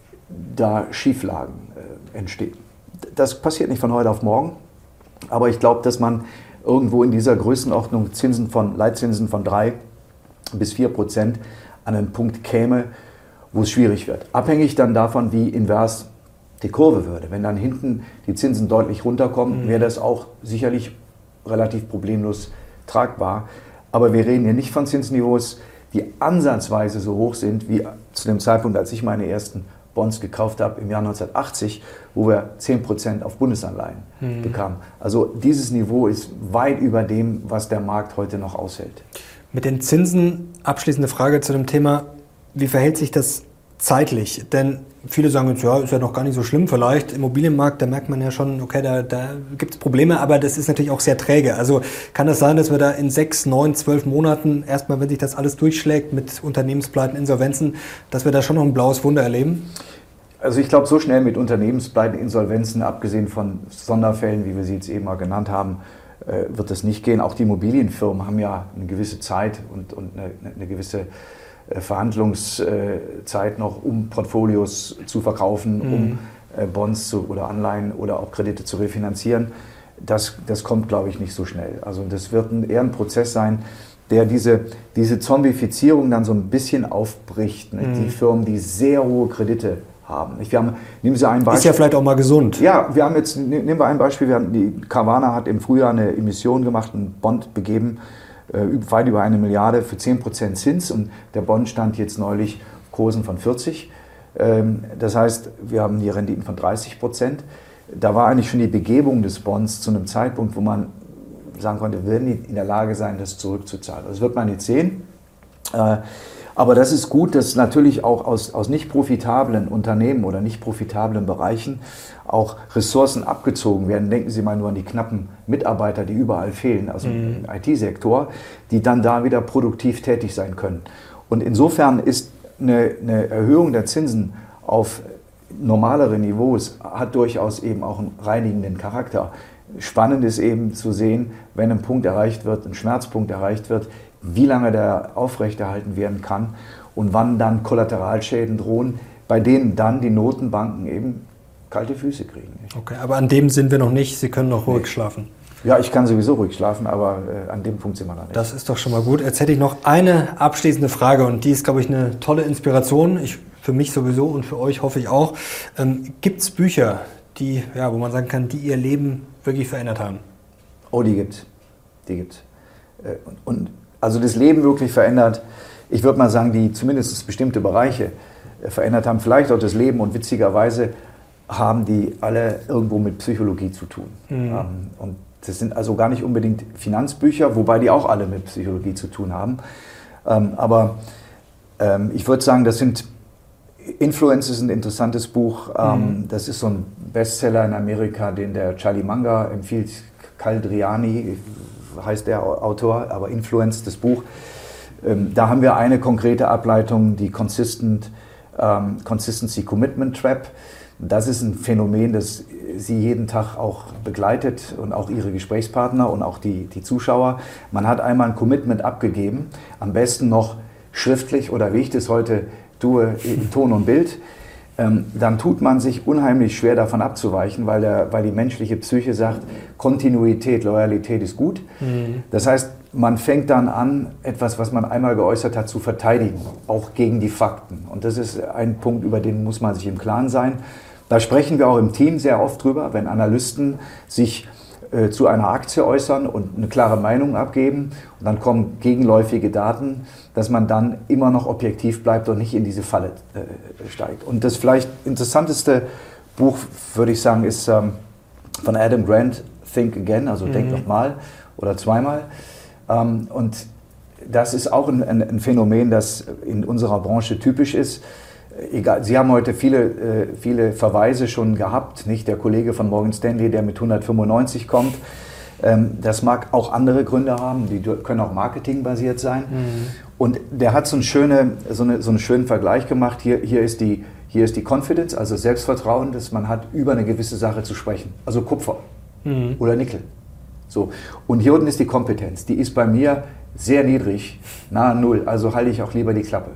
da Schieflagen äh, entstehen. Das passiert nicht von heute auf morgen, aber ich glaube, dass man irgendwo in dieser Größenordnung Zinsen von, Leitzinsen von drei bis vier Prozent an einen Punkt käme, wo es schwierig wird. Abhängig dann davon, wie invers die Kurve würde. Wenn dann hinten die Zinsen deutlich runterkommen, mhm. wäre das auch sicherlich relativ problemlos tragbar. Aber wir reden hier nicht von Zinsniveaus, die ansatzweise so hoch sind wie zu dem Zeitpunkt, als ich meine ersten Bonds gekauft habe im Jahr neunzehnhundertachtzig, wo wir zehn Prozent auf Bundesanleihen mhm. bekamen. Also dieses Niveau ist weit über dem, was der Markt heute noch aushält. Mit den Zinsen, abschließende Frage zu dem Thema, wie verhält sich das zeitlich? Denn viele sagen jetzt, ja, ist ja noch gar nicht so schlimm vielleicht. Immobilienmarkt, da merkt man ja schon, okay, da, da gibt es Probleme, aber das ist natürlich auch sehr träge. Also kann es sein, dass wir da in sechs, neun, zwölf Monaten, erstmal wenn sich das alles durchschlägt mit Unternehmenspleiten, Insolvenzen, dass wir da schon noch ein blaues Wunder erleben? Also ich glaube, so schnell mit Unternehmenspleiten, Insolvenzen, abgesehen von Sonderfällen, wie wir sie jetzt eben mal genannt haben, wird das nicht gehen. Auch die Immobilienfirmen haben ja eine gewisse Zeit und, und eine, eine gewisse Verhandlungszeit noch, um Portfolios zu verkaufen, mhm. um Bonds zu, oder Anleihen oder auch Kredite zu refinanzieren. Das, das kommt, glaube ich, nicht so schnell. Also das wird ein, eher ein Prozess sein, der diese, diese Zombifizierung dann so ein bisschen aufbricht. Ne? Mhm. Die Firmen, die sehr hohe Kredite haben. Wir haben, nehmen Sie ein Beispiel. Ist ja vielleicht auch mal gesund. Ja, wir haben jetzt, nehmen wir ein Beispiel, wir haben, die Carvana hat im Frühjahr eine Emission gemacht, einen Bond begeben, äh, weit über eine Milliarde für zehn Prozent Zins und der Bond stand jetzt neulich auf Kursen von vierzig. Ähm, das heißt, wir haben die Renditen von dreißig Prozent. Da war eigentlich schon die Begebung des Bonds zu einem Zeitpunkt, wo man sagen konnte, wir werden die in der Lage sein, das zurückzuzahlen. Das wird man jetzt sehen. Äh, Aber das ist gut, dass natürlich auch aus, aus nicht profitablen Unternehmen oder nicht profitablen Bereichen auch Ressourcen abgezogen werden. Denken Sie mal nur an die knappen Mitarbeiter, die überall fehlen, also mhm. im I T-Sektor, die dann da wieder produktiv tätig sein können. Und insofern ist eine, eine Erhöhung der Zinsen auf normalere Niveaus, hat durchaus eben auch einen reinigenden Charakter. Spannend ist eben zu sehen, wenn ein Punkt erreicht wird, ein Schmerzpunkt erreicht wird, wie lange der aufrechterhalten werden kann und wann dann Kollateralschäden drohen, bei denen dann die Notenbanken eben kalte Füße kriegen. Okay, aber an dem sind wir noch nicht. Sie können noch ruhig nee. schlafen. Ja, ich kann sowieso ruhig schlafen, aber äh, an dem Punkt sind wir noch nicht. Das ist doch schon mal gut. Jetzt hätte ich noch eine abschließende Frage und die ist, glaube ich, eine tolle Inspiration. Ich, für mich sowieso und für euch hoffe ich auch. Ähm, gibt es Bücher, die, ja, wo man sagen kann, die ihr Leben wirklich verändert haben? Oh, die gibt's. Die gibt's. Äh, und, und also das Leben wirklich verändert. Ich würde mal sagen, die zumindest bestimmte Bereiche verändert haben. Vielleicht auch das Leben und witzigerweise haben die alle irgendwo mit Psychologie zu tun. Mhm. Und das sind also gar nicht unbedingt Finanzbücher, wobei die auch alle mit Psychologie zu tun haben. Aber ich würde sagen, das sind Influence ist ein interessantes Buch. Mhm. Das ist so ein Bestseller in Amerika, den der Charlie Munger empfiehlt. Caldriani heißt der Autor, aber Influence, das Buch. Da haben wir eine konkrete Ableitung, die Consistent, ähm, Consistency Commitment Trap. Das ist ein Phänomen, das Sie jeden Tag auch begleitet und auch Ihre Gesprächspartner und auch die, die Zuschauer. Man hat einmal ein Commitment abgegeben, am besten noch schriftlich oder wie ich das heute tue, in Ton und Bild, ähm, dann tut man sich unheimlich schwer davon abzuweichen, weil, der, weil die menschliche Psyche sagt, Kontinuität, Loyalität ist gut. Mhm. Das heißt, man fängt dann an, etwas, was man einmal geäußert hat, zu verteidigen, auch gegen die Fakten. Und das ist ein Punkt, über den muss man sich im Klaren sein. Da sprechen wir auch im Team sehr oft drüber, wenn Analysten sich äh, zu einer Aktie äußern und eine klare Meinung abgeben und dann kommen gegenläufige Daten, dass man dann immer noch objektiv bleibt und nicht in diese Falle äh, steigt. Und das vielleicht interessanteste Buch, würde ich sagen, ist ähm, von Adam Grant, Think Again, also mhm. Denk nochmal oder zweimal. Ähm, und das ist auch ein, ein, ein Phänomen, das in unserer Branche typisch ist. Egal, Sie haben heute viele, äh, viele Verweise schon gehabt, nicht? Der Kollege von Morgan Stanley, der mit hundertfünfundneunzig kommt. Ähm, das mag auch andere Gründe haben, die können auch marketingbasiert sein. Mhm. Und der hat so, eine schöne, so, eine, so einen schönen Vergleich gemacht. Hier, hier, ist die, hier ist die Confidence, also Selbstvertrauen, dass man hat, über eine gewisse Sache zu sprechen. Also Kupfer mhm. oder Nickel. So. Und hier unten ist die Kompetenz. Die ist bei mir sehr niedrig, nahe Null. Also halte ich auch lieber die Klappe.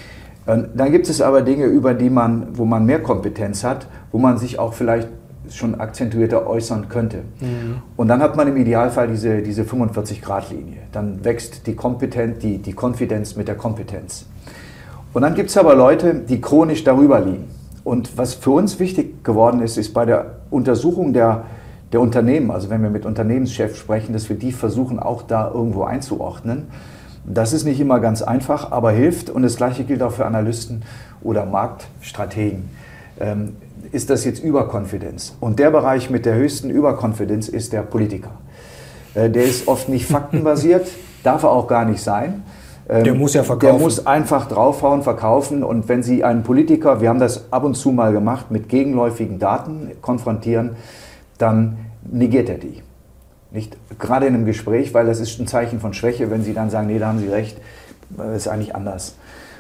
Dann gibt es aber Dinge, über die man, wo man mehr Kompetenz hat, wo man sich auch vielleicht schon akzentuierter äußern könnte. Mhm. Und dann hat man im Idealfall diese, diese fünfundvierzig-Grad-Linie. Dann wächst die Kompetenz, die, die Konfidenz mit der Kompetenz. Und dann gibt es aber Leute, die chronisch darüber liegen. Und was für uns wichtig geworden ist, ist bei der Untersuchung der, der Unternehmen, also wenn wir mit Unternehmenschefs sprechen, dass wir die versuchen auch da irgendwo einzuordnen. Das ist nicht immer ganz einfach, aber hilft. Und das Gleiche gilt auch für Analysten oder Marktstrategen. Ähm, ist das jetzt Überkonfidenz? Und der Bereich mit der höchsten Überkonfidenz ist der Politiker. Äh, der ist oft nicht faktenbasiert, darf er auch gar nicht sein. Ähm, der muss ja verkaufen. Der muss einfach draufhauen, verkaufen. Und wenn Sie einen Politiker, wir haben das ab und zu mal gemacht, mit gegenläufigen Daten konfrontieren, dann negiert er die. Nicht gerade in einem Gespräch, weil das ist ein Zeichen von Schwäche, wenn Sie dann sagen, nee, da haben Sie recht, das ist eigentlich anders.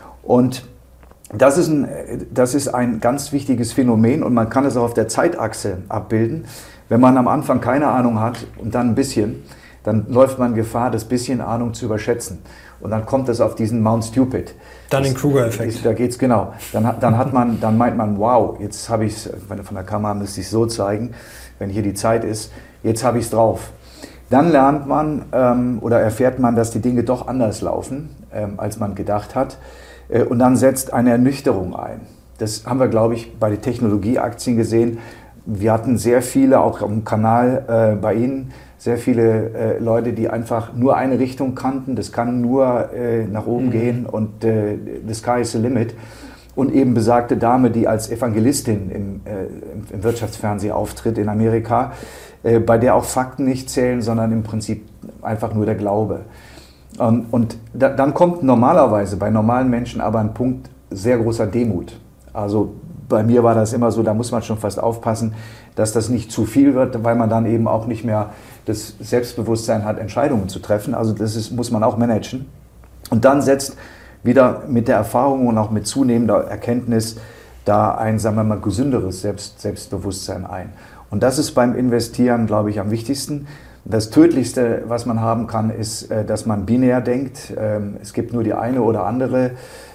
Und das ist ein, das ist ein ganz wichtiges Phänomen und man kann es auch auf der Zeitachse abbilden. Wenn man am Anfang keine Ahnung hat und dann ein bisschen, dann läuft man Gefahr, das bisschen Ahnung zu überschätzen. Und dann kommt es auf diesen Mount Stupid. Dann den Kruger-Effekt. Da geht's genau. Dann, dann, hat man, dann meint man, wow, jetzt habe ich es, von der Kamera müsste ich es so zeigen, wenn hier die Zeit ist, jetzt habe ich es drauf. Dann lernt man ähm, oder erfährt man, dass die Dinge doch anders laufen, ähm, als man gedacht hat. Äh, und dann setzt eine Ernüchterung ein. Das haben wir, glaube ich, bei den Technologieaktien gesehen. Wir hatten sehr viele, auch auf dem Kanal äh, bei Ihnen, sehr viele äh, Leute, die einfach nur eine Richtung kannten. Das kann nur äh, nach oben mhm. gehen und äh, the sky is the limit. Und eben besagte Dame, die als Evangelistin im, äh, im Wirtschaftsfernsehen auftritt in Amerika, äh, bei der auch Fakten nicht zählen, sondern im Prinzip einfach nur der Glaube. Und, und da, dann kommt normalerweise bei normalen Menschen aber ein Punkt sehr großer Demut. Also bei mir war das immer so, da muss man schon fast aufpassen, dass das nicht zu viel wird, weil man dann eben auch nicht mehr das Selbstbewusstsein hat, Entscheidungen zu treffen. Also das ist, muss man auch managen. Und dann setzt wieder mit der Erfahrung und auch mit zunehmender Erkenntnis da ein, sagen wir mal, gesünderes Selbst, Selbstbewusstsein ein. Und das ist beim Investieren, glaube ich, am wichtigsten. Das Tödlichste, was man haben kann, ist, dass man binär denkt. Es gibt nur die eine oder andere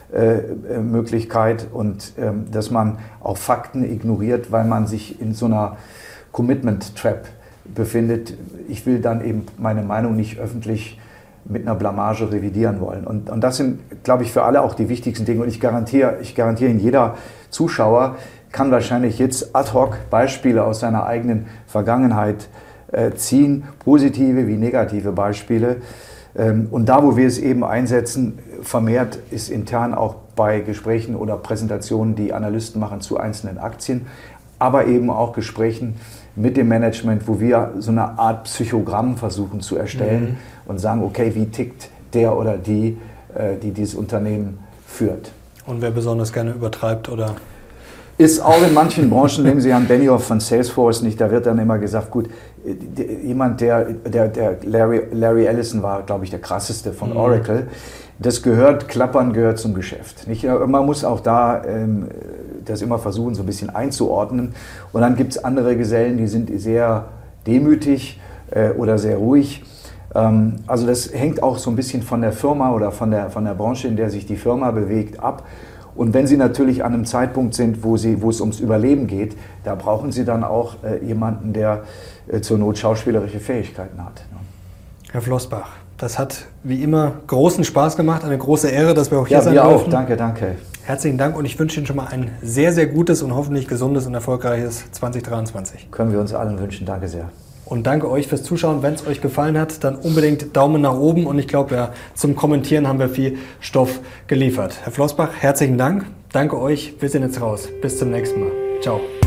Möglichkeit und dass man auch Fakten ignoriert, weil man sich in so einer Commitment-Trap befindet. Ich will dann eben meine Meinung nicht öffentlich mit einer Blamage revidieren wollen. Und, und das sind, glaube ich, für alle auch die wichtigsten Dinge. Und ich garantiere, ich garantiere Ihnen, jeder Zuschauer kann wahrscheinlich jetzt ad hoc Beispiele aus seiner eigenen Vergangenheit äh, ziehen, positive wie negative Beispiele. Ähm, und da, wo wir es eben einsetzen, vermehrt ist intern auch bei Gesprächen oder Präsentationen, die Analysten machen zu einzelnen Aktien, aber eben auch Gesprächen mit dem Management, wo wir so eine Art Psychogramm versuchen zu erstellen mhm. und sagen, okay, wie tickt der oder die, die dieses Unternehmen führt. Und wer besonders gerne übertreibt oder... Ist auch in manchen Branchen, nehmen Sie Herrn Benioff von Salesforce nicht, da wird dann immer gesagt, gut, jemand, der, der, der Larry, Larry Ellison war, glaube ich, der krasseste von mhm. Oracle, das gehört, Klappern gehört zum Geschäft. Nicht? Man muss auch da ähm, das immer versuchen, so ein bisschen einzuordnen. Und dann gibt es andere Gesellen, die sind sehr demütig äh, oder sehr ruhig. Also das hängt auch so ein bisschen von der Firma oder von der, von der Branche, in der sich die Firma bewegt, ab. Und wenn Sie natürlich an einem Zeitpunkt sind, wo, Sie, wo es ums Überleben geht, da brauchen Sie dann auch äh, jemanden, der äh, zur Not schauspielerische Fähigkeiten hat. Ne? Herr Flossbach, das hat wie immer großen Spaß gemacht, eine große Ehre, dass wir auch hier ja, sein wir dürfen. Auch. Danke, danke. Herzlichen Dank und ich wünsche Ihnen schon mal ein sehr, sehr gutes und hoffentlich gesundes und erfolgreiches zwanzig dreiundzwanzig. Können wir uns allen wünschen. Danke sehr. Und danke euch fürs Zuschauen. Wenn es euch gefallen hat, dann unbedingt Daumen nach oben. Und ich glaube, ja, zum Kommentieren haben wir viel Stoff geliefert. Herr Flossbach, herzlichen Dank. Danke euch. Wir sind jetzt raus. Bis zum nächsten Mal. Ciao.